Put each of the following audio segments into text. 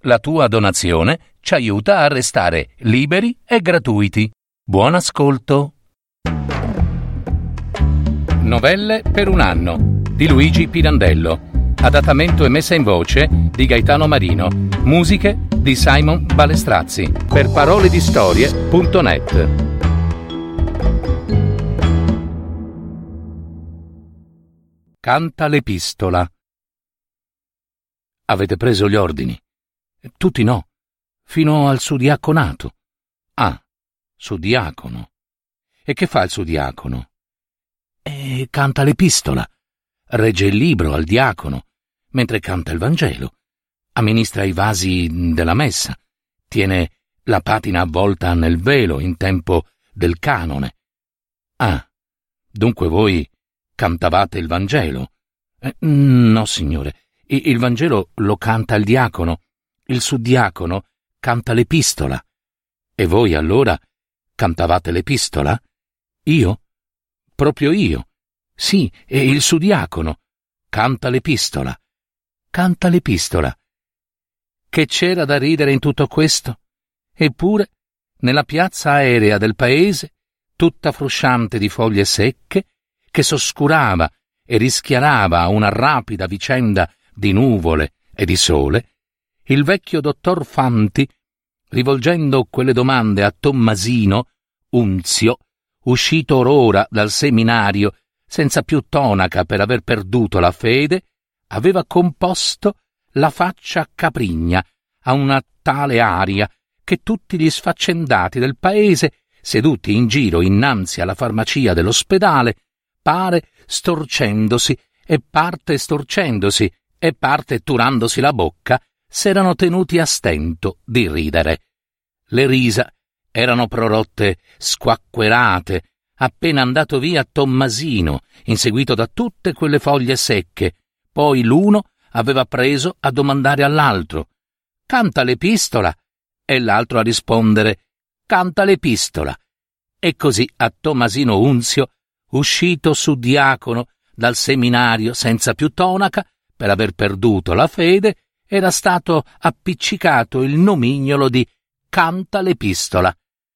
La tua donazione ci aiuta a restare liberi e gratuiti. Buon ascolto. Novelle per un anno di Luigi Pirandello. Adattamento e messa in voce di Gaetano Marino. Musiche di Simon Balestrazzi. Per paroledistorie.net. Canta l'epistola. Avete preso gli ordini? Tutti no, fino al suddiaconato. Ah, suddiacono. E che fa il suddiacono? Canta l'epistola, regge il libro al diacono, mentre canta il Vangelo, amministra i vasi della messa, tiene la patina avvolta nel velo in tempo del canone. Ah, dunque voi cantavate il Vangelo? No, signore, il Vangelo lo canta il diacono, il suddiacono canta l'epistola. E voi allora cantavate l'epistola? Io? Proprio io? Sì, e il suddiacono canta l'epistola. Canta l'epistola. Che c'era da ridere in tutto questo? Eppure, nella piazza aerea del paese, tutta frusciante di foglie secche, che s'oscurava e rischiarava a una rapida vicenda di nuvole e di sole, il vecchio dottor Fanti, rivolgendo quelle domande a Tommasino, unzio, uscito or ora dal seminario, senza più tonaca per aver perduto la fede, aveva composto la faccia caprigna a una tale aria che tutti gli sfaccendati del paese, seduti in giro innanzi alla farmacia dell'ospedale, pare storcendosi e parte storcendosi e parte turandosi la bocca, s'erano tenuti a stento di ridere. Le risa erano prorotte squacquerate, appena andato via Tommasino, inseguito da tutte quelle foglie secche. Poi l'uno aveva preso a domandare all'altro: «Canta l'epistola?» e l'altro a rispondere: «Canta l'epistola». E così a Tommasino Unzio, uscito suddiacono dal seminario senza più tonaca, per aver perduto la fede, era stato appiccicato il nomignolo di «Canta l'epistola».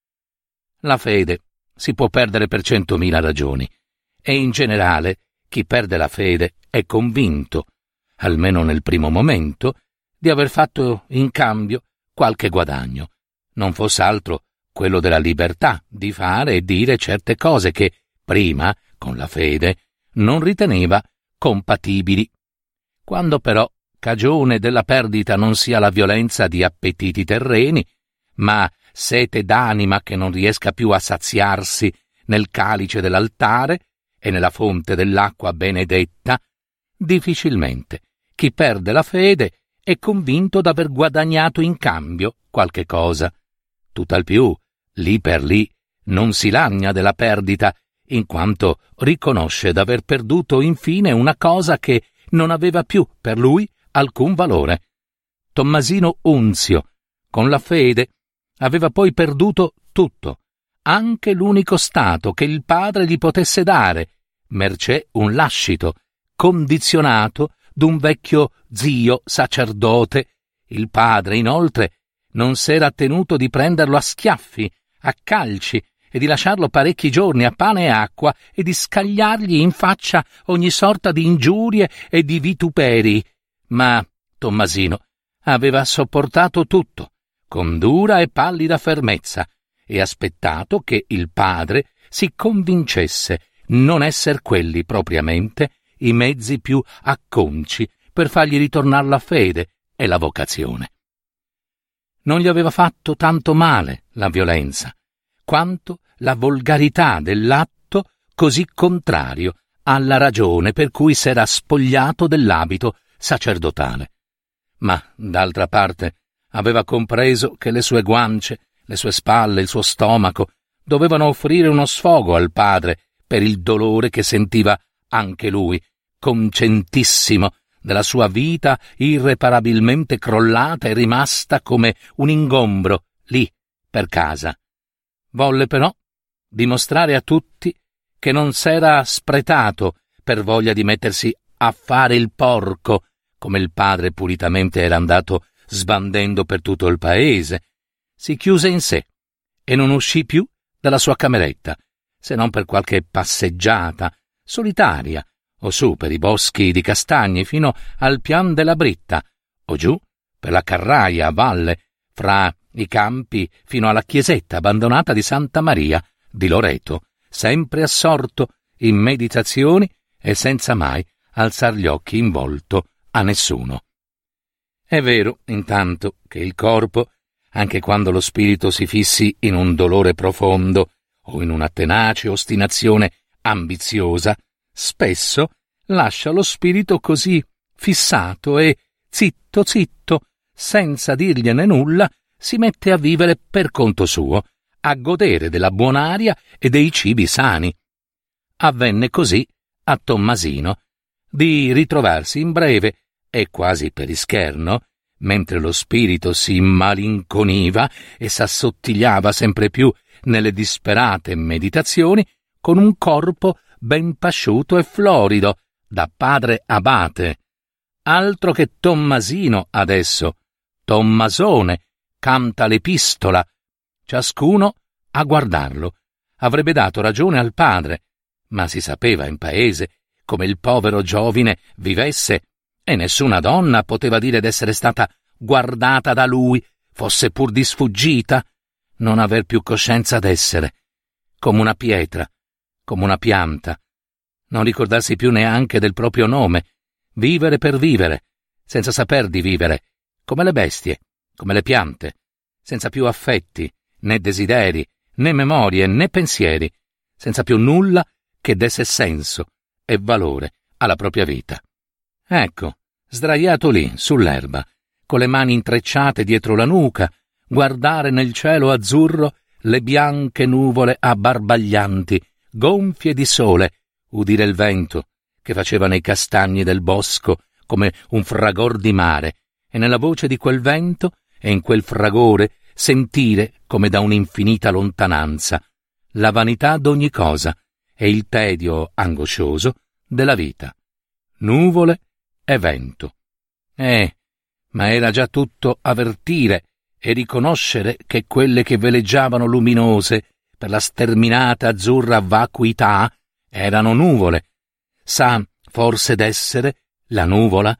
La fede si può perdere per 100.000 ragioni, e in generale chi perde la fede è convinto, almeno nel primo momento, di aver fatto in cambio qualche guadagno, non fosse altro quello della libertà di fare e dire certe cose che prima, con la fede, non riteneva compatibili. Quando però cagione della perdita non sia la violenza di appetiti terreni, ma sete d'anima che non riesca più a saziarsi nel calice dell'altare e nella fonte dell'acqua benedetta, difficilmente chi perde la fede è convinto d'aver guadagnato in cambio qualche cosa. Tutt'al più, lì per lì, non si lagna della perdita, in quanto riconosce d'aver perduto infine una cosa che non aveva più per lui alcun valore. Tommasino Unzio, con la fede, aveva poi perduto tutto, anche l'unico stato che il padre gli potesse dare, mercé un lascito, condizionato d'un vecchio zio sacerdote. Il padre, inoltre, non s'era tenuto di prenderlo a schiaffi, a calci, e di lasciarlo parecchi giorni a pane e acqua e di scagliargli in faccia ogni sorta di ingiurie e di vituperii. Ma Tommasino aveva sopportato tutto, con dura e pallida fermezza, e aspettato che il padre si convincesse non esser quelli propriamente i mezzi più acconci per fargli ritornar la fede e la vocazione. Non gli aveva fatto tanto male la violenza, quanto la volgarità dell'atto così contrario alla ragione per cui s'era spogliato dell'abito sacerdotale. Ma, d'altra parte, aveva compreso che le sue guance, le sue spalle, il suo stomaco dovevano offrire uno sfogo al padre per il dolore che sentiva anche lui, concentissimo della sua vita irreparabilmente crollata e rimasta come un ingombro lì per casa. Volle però dimostrare a tutti che non s'era spretato per voglia di mettersi a fare il porco, come il padre pulitamente era andato sbandendo per tutto il paese. Si chiuse in sé e non uscì più dalla sua cameretta, se non per qualche passeggiata solitaria, o su per i boschi di castagni fino al pian della Britta, o giù per la Carraia a valle, fra i campi fino alla chiesetta abbandonata di Santa Maria di Loreto, sempre assorto in meditazioni e senza mai alzar gli occhi in volto a nessuno. È vero, intanto, che il corpo, anche quando lo spirito si fissi in un dolore profondo o in una tenace ostinazione ambiziosa, spesso lascia lo spirito così fissato e, zitto, senza dirgliene nulla, si mette a vivere per conto suo, a godere della buon'aria e dei cibi sani. Avvenne così a Tommasino di ritrovarsi in breve e quasi per ischerno, mentre lo spirito si immalinconiva e s'assottigliava sempre più nelle disperate meditazioni, con un corpo ben pasciuto e florido, da padre abate. Altro che Tommasino adesso, Tommasone, canta l'epistola. Ciascuno, a guardarlo, avrebbe dato ragione al padre, ma si sapeva in paese come il povero giovine vivesse, e nessuna donna poteva dire d'essere stata guardata da lui, fosse pur di sfuggita, non aver più coscienza d'essere, come una pietra, come una pianta, non ricordarsi più neanche del proprio nome, vivere per vivere, senza saper di vivere, come le bestie, come le piante, senza più affetti, né desideri, né memorie, né pensieri, senza più nulla che desse senso e valore alla propria vita. Ecco, sdraiato lì, sull'erba, con le mani intrecciate dietro la nuca, guardare nel cielo azzurro le bianche nuvole abbarbaglianti, gonfie di sole, udire il vento che faceva nei castagni del bosco come un fragor di mare, e nella voce di quel vento e in quel fragore sentire, come da un'infinita lontananza, la vanità d'ogni cosa e il tedio angoscioso della vita. Nuvole e vento. Ma era già tutto avvertire e riconoscere che quelle che veleggiavano luminose per la sterminata azzurra vacuità erano nuvole. Sa forse d'essere la nuvola?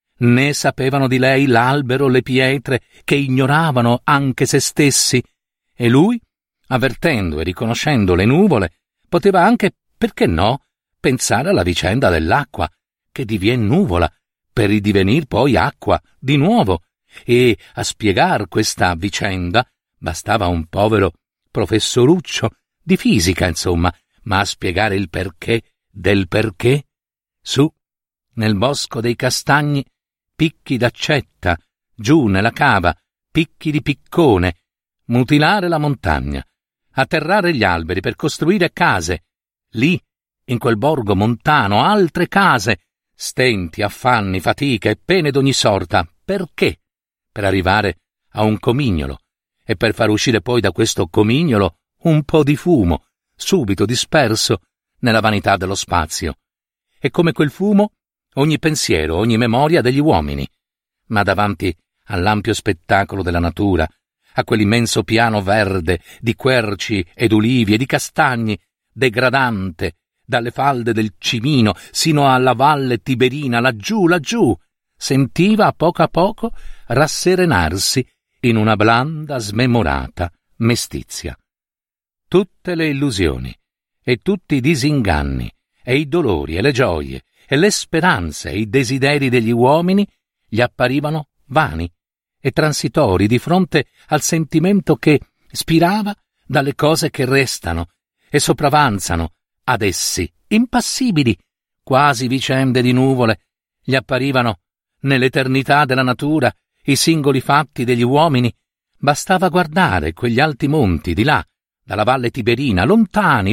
Né sapevano di lei l'albero, le pietre, che ignoravano anche se stessi, e lui, avvertendo e riconoscendo le nuvole, poteva anche, perché no, pensare alla vicenda dell'acqua, che divien nuvola, per ridivenir poi acqua di nuovo, e a spiegar questa vicenda bastava un povero professoruccio di fisica, insomma, ma a spiegare il perché del perché, su, nel bosco dei castagni, picchi d'accetta, giù nella cava, picchi di piccone, mutilare la montagna, atterrare gli alberi per costruire case, lì, in quel borgo montano, altre case, stenti, affanni, fatiche e pene d'ogni sorta. Perché? Per arrivare a un comignolo e per far uscire poi da questo comignolo un po' di fumo, subito disperso nella vanità dello spazio. E come quel fumo, ogni pensiero, ogni memoria degli uomini. Ma davanti all'ampio spettacolo della natura, a quell'immenso piano verde di querci ed ulivi e di castagni, degradante dalle falde del Cimino sino alla valle Tiberina, laggiù, sentiva a poco rasserenarsi in una blanda, smemorata mestizia. Tutte le illusioni e tutti i disinganni e i dolori e le gioie e le speranze e i desideri degli uomini gli apparivano vani e transitori di fronte al sentimento che spirava dalle cose che restano e sopravanzano ad essi, impassibili, quasi vicende di nuvole, gli apparivano nell'eternità della natura i singoli fatti degli uomini. Bastava guardare quegli alti monti di là, dalla valle Tiberina, lontani,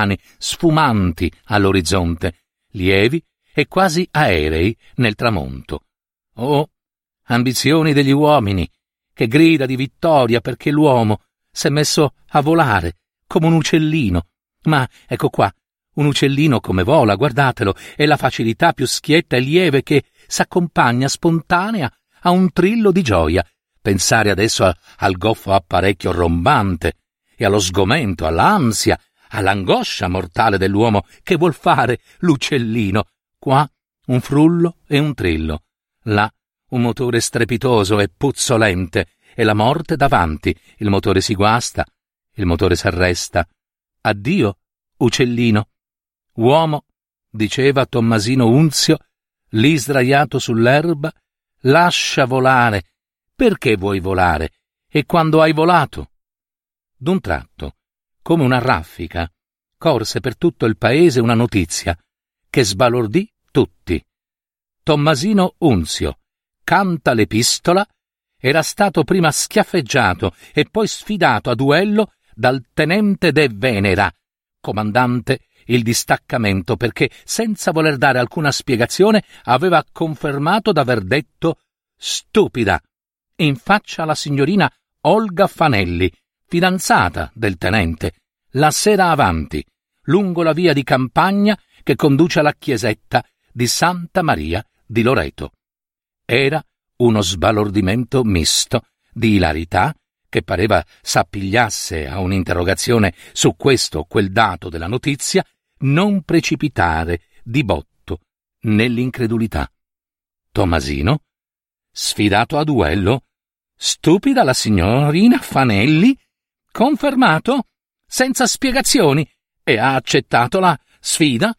sfumanti all'orizzonte, lievi e quasi aerei nel tramonto. Oh, ambizioni degli uomini, che grida di vittoria perché l'uomo s'è messo a volare come un uccellino. Ma ecco qua, un uccellino come vola, guardatelo, è la facilità più schietta e lieve che s'accompagna spontanea a un trillo di gioia pensare adesso al goffo apparecchio rombante e allo sgomento, all'ansia, all'angoscia mortale dell'uomo che vuol fare l'uccellino. Qua un frullo e un trillo, là un motore strepitoso e puzzolente, e la morte davanti. Il motore si guasta, il motore s'arresta. Addio, uccellino. Uomo, diceva Tommasino Unzio, lì sdraiato sull'erba, lascia volare. Perché vuoi volare? E quando hai volato? D'un tratto, come una raffica, corse per tutto il paese una notizia che sbalordì tutti. Tommasino Unzio, canta l'epistola, era stato prima schiaffeggiato e poi sfidato a duello dal tenente De Venera, comandante il distaccamento, perché, senza voler dare alcuna spiegazione, aveva confermato d'aver detto stupida in faccia alla signorina Olga Fanelli, fidanzata del tenente, la sera avanti, lungo la via di campagna che conduce alla chiesetta di Santa Maria di Loreto. Era uno sbalordimento misto di ilarità, che pareva s'appigliasse a un'interrogazione su questo o quel dato della notizia, non precipitare di botto nell'incredulità. Tommasino, sfidato a duello, stupida la signorina Fanelli, confermato, senza spiegazioni, e ha accettato la sfida?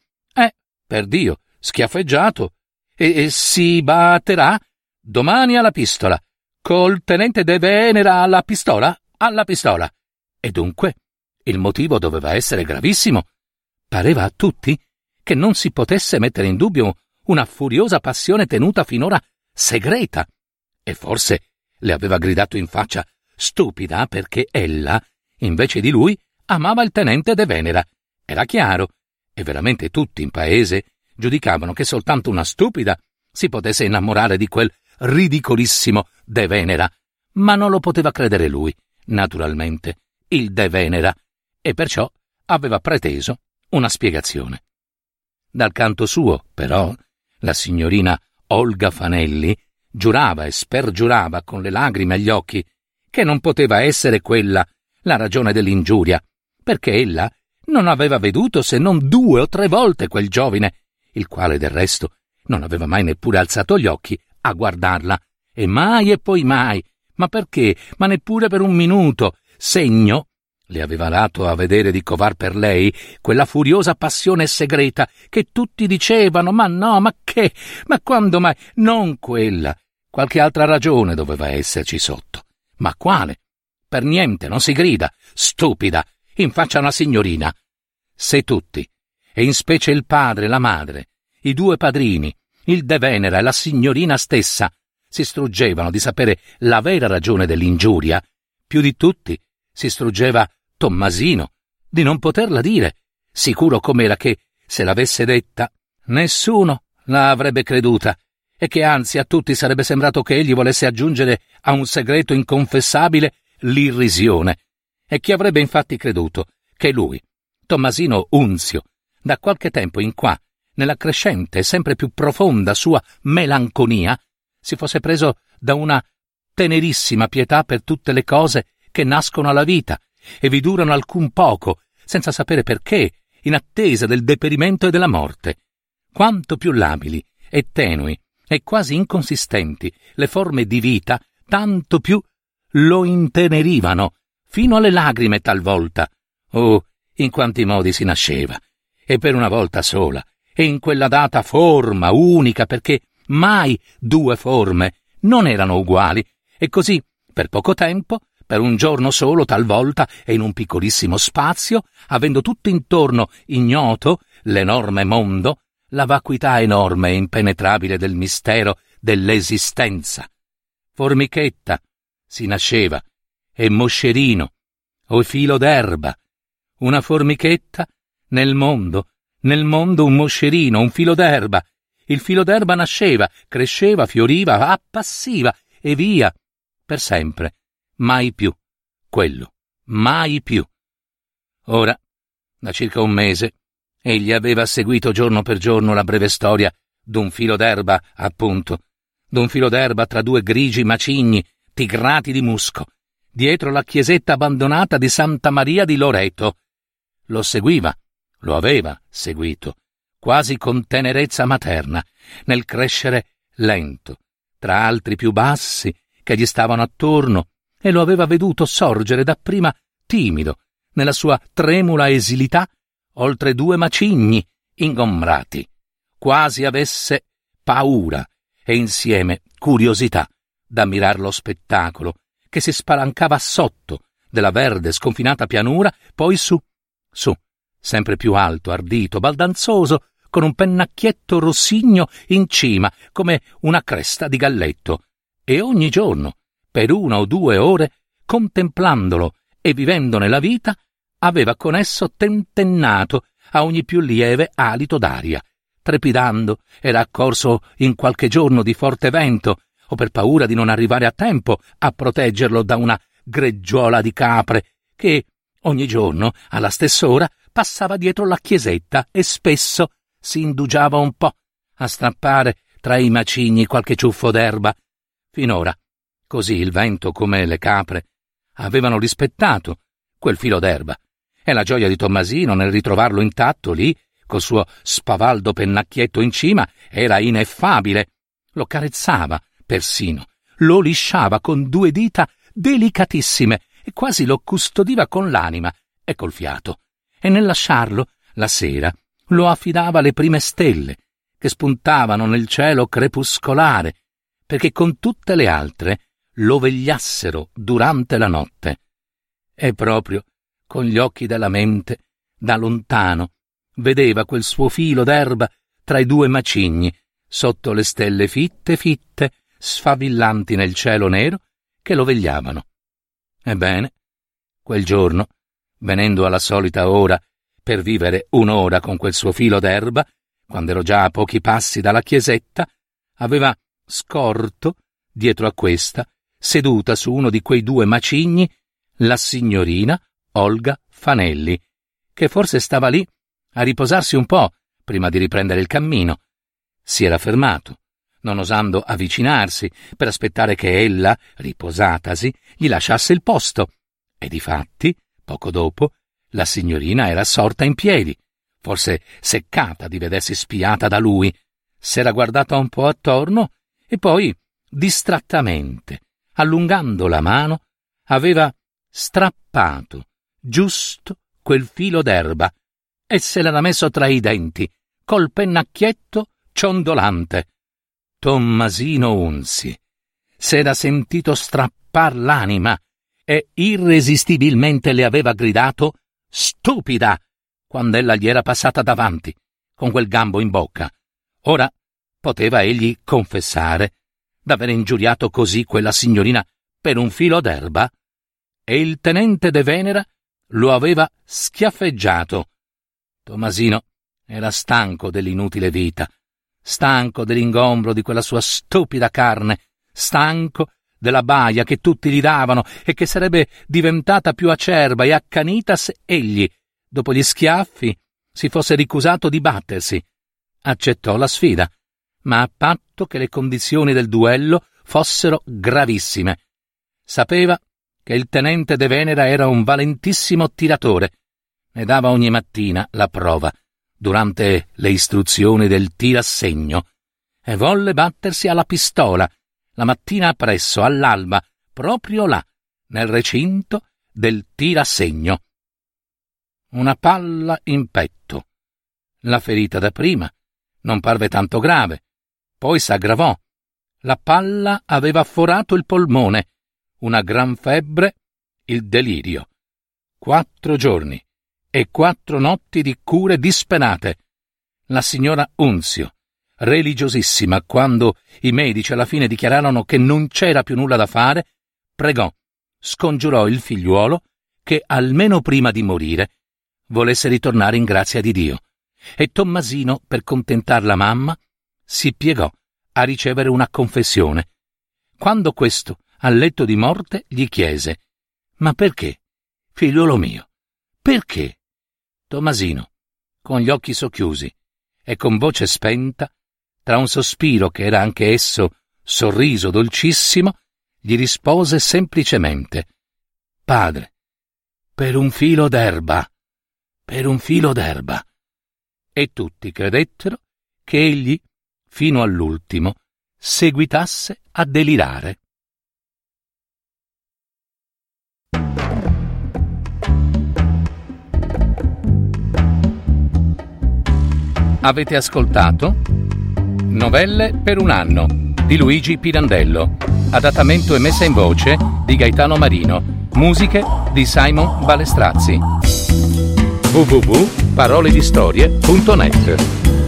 Perdio, schiaffeggiato, e si batterà domani alla pistola, col tenente De Venera alla pistola? Alla pistola. E dunque il motivo doveva essere gravissimo. Pareva a tutti che non si potesse mettere in dubbio una furiosa passione tenuta finora segreta, e forse le aveva gridato in faccia stupida perché ella, invece di lui, amava il tenente De Venera. Era chiaro, e veramente tutti in paese giudicavano che soltanto una stupida si potesse innamorare di quel ridicolissimo De Venera, ma non lo poteva credere lui, naturalmente, il De Venera, e perciò aveva preteso una spiegazione. Dal canto suo, però, la signorina Olga Fanelli giurava e spergiurava con le lagrime agli occhi che non poteva essere quella la ragione dell'ingiuria, perché ella non aveva veduto se non 2 o 3 volte quel giovine, il quale del resto non aveva mai neppure alzato gli occhi a guardarla, e mai e poi mai, ma perché, ma neppure per un minuto, segno le aveva dato a vedere di covar per lei quella furiosa passione segreta che tutti dicevano, ma no, ma che, ma quando mai, non quella, qualche altra ragione doveva esserci sotto. Ma quale? Per niente non si grida, stupida, in faccia a una signorina. Se tutti, e in specie il padre e la madre, i 2 padrini, il De Venera e la signorina stessa, si struggevano di sapere la vera ragione dell'ingiuria, più di tutti si struggeva Tommasino di non poterla dire, sicuro com'era che, se l'avesse detta, nessuno la avrebbe creduta, e che anzi a tutti sarebbe sembrato che egli volesse aggiungere a un segreto inconfessabile l'irrisione, e chi avrebbe infatti creduto che lui, Tommasino Unzio, da qualche tempo in qua, nella crescente e sempre più profonda sua melanconia, si fosse preso da una tenerissima pietà per tutte le cose che nascono alla vita e vi durano alcun poco, senza sapere perché, in attesa del deperimento e della morte. Quanto più labili e tenui e quasi inconsistenti le forme di vita, tanto più lo intenerivano, fino alle lagrime talvolta. Oh, in quanti modi si nasceva, e per una volta sola, e in quella data forma unica, perché mai 2 forme non erano uguali, e così, per poco tempo, per un giorno solo talvolta e in un piccolissimo spazio, avendo tutto intorno ignoto l'enorme mondo, la vacuità enorme e impenetrabile del mistero dell'esistenza. Formichetta si nasceva, e moscerino, o filo d'erba. Una formichetta nel mondo un moscerino, un filo d'erba. Il filo d'erba nasceva, cresceva, fioriva, appassiva, e via, per sempre. Mai più, quello, mai più. Ora, da circa un mese, egli aveva seguito giorno per giorno la breve storia d'un filo d'erba, appunto, d'un filo d'erba tra due grigi macigni tigrati di musco, dietro la chiesetta abbandonata di Santa Maria di Loreto. Lo seguiva, lo aveva seguito, quasi con tenerezza materna, nel crescere lento, tra altri più bassi che gli stavano attorno, e lo aveva veduto sorgere dapprima timido, nella sua tremula esilità, oltre due macigni ingombrati, quasi avesse paura e insieme curiosità d'ammirar lo spettacolo che si spalancava sotto della verde sconfinata pianura, poi su, sempre più alto, ardito, baldanzoso, con un pennacchietto rossigno in cima come una cresta di galletto, e ogni giorno, per 1 o 2 ore, contemplandolo e vivendone la vita, aveva con esso tentennato a ogni più lieve alito d'aria. Trepidando era accorso in qualche giorno di forte vento, o per paura di non arrivare a tempo a proteggerlo da una greggiola di capre che ogni giorno alla stessa ora passava dietro la chiesetta e spesso si indugiava un po' a strappare tra i macigni qualche ciuffo d'erba. Finora, così il vento come le capre avevano rispettato quel filo d'erba, e la gioia di Tommasino nel ritrovarlo intatto lì, col suo spavaldo pennacchietto in cima, era ineffabile. Lo carezzava persino, lo lisciava con 2 dita delicatissime e quasi lo custodiva con l'anima e col fiato, e nel lasciarlo, la sera, lo affidava alle prime stelle che spuntavano nel cielo crepuscolare, perché con tutte le altre lo vegliassero durante la notte. E proprio con gli occhi della mente, da lontano, vedeva quel suo filo d'erba tra i 2 macigni, sotto le stelle fitte, sfavillanti nel cielo nero, che lo vegliavano. Ebbene, quel giorno, venendo alla solita ora per vivere 1 ora con quel suo filo d'erba, quando ero già a pochi passi dalla chiesetta, aveva scorto, dietro a questa, seduta su uno di quei 2 macigni, la signorina Olga Fanelli, che forse stava lì a riposarsi un po' prima di riprendere il cammino. Si era fermato, non osando avvicinarsi, per aspettare che ella, riposatasi, gli lasciasse il posto, e difatti, poco dopo, la signorina era sorta in piedi, forse seccata di vedersi spiata da lui, s'era guardata un po' attorno e poi, distrattamente, allungando la mano, aveva strappato giusto quel filo d'erba e se l'era messo tra i denti, col pennacchietto ciondolante. Tommasino Unzi s'era sentito strappar l'anima e irresistibilmente le aveva gridato «Stupida!» quando ella gli era passata davanti, con quel gambo in bocca. Ora poteva egli confessare d'aver ingiuriato così quella signorina per un filo d'erba? E il tenente De Venera lo aveva schiaffeggiato. Tommasino era stanco dell'inutile vita, stanco dell'ingombro di quella sua stupida carne, stanco della baia che tutti gli davano e che sarebbe diventata più acerba e accanita se egli, dopo gli schiaffi, si fosse ricusato di battersi. Accettò la sfida, ma a patto che le condizioni del duello fossero gravissime. Sapeva che il tenente De Venera era un valentissimo tiratore, ne dava ogni mattina la prova durante le istruzioni del tirassegno, e volle battersi alla pistola la mattina appresso, all'alba, proprio là, nel recinto del tirassegno. Una palla in petto. La ferita dapprima non parve tanto grave, poi s'aggravò. La palla aveva forato il polmone, una gran febbre, il delirio. 4 giorni e 4 notti di cure disperate. La signora Unzio, religiosissima quando i medici alla fine dichiararono che non c'era più nulla da fare, pregò, scongiurò il figliuolo che, almeno prima di morire, volesse ritornare in grazia di Dio, e Tommasino, per contentar la mamma, si piegò a ricevere una confessione. Quando questo, al letto di morte, gli chiese: «Ma perché, figliuolo mio, perché?» Tommasino, con gli occhi socchiusi e con voce spenta, tra un sospiro che era anche esso sorriso dolcissimo, gli rispose semplicemente: «Padre, per un filo d'erba, per un filo d'erba». E tutti credettero che egli, fino all'ultimo, seguitasse a delirare. Avete ascoltato Novelle per un anno di Luigi Pirandello, adattamento e messa in voce di Gaetano Marino, musiche di Simon Balestrazzi. www.paroledistorie.net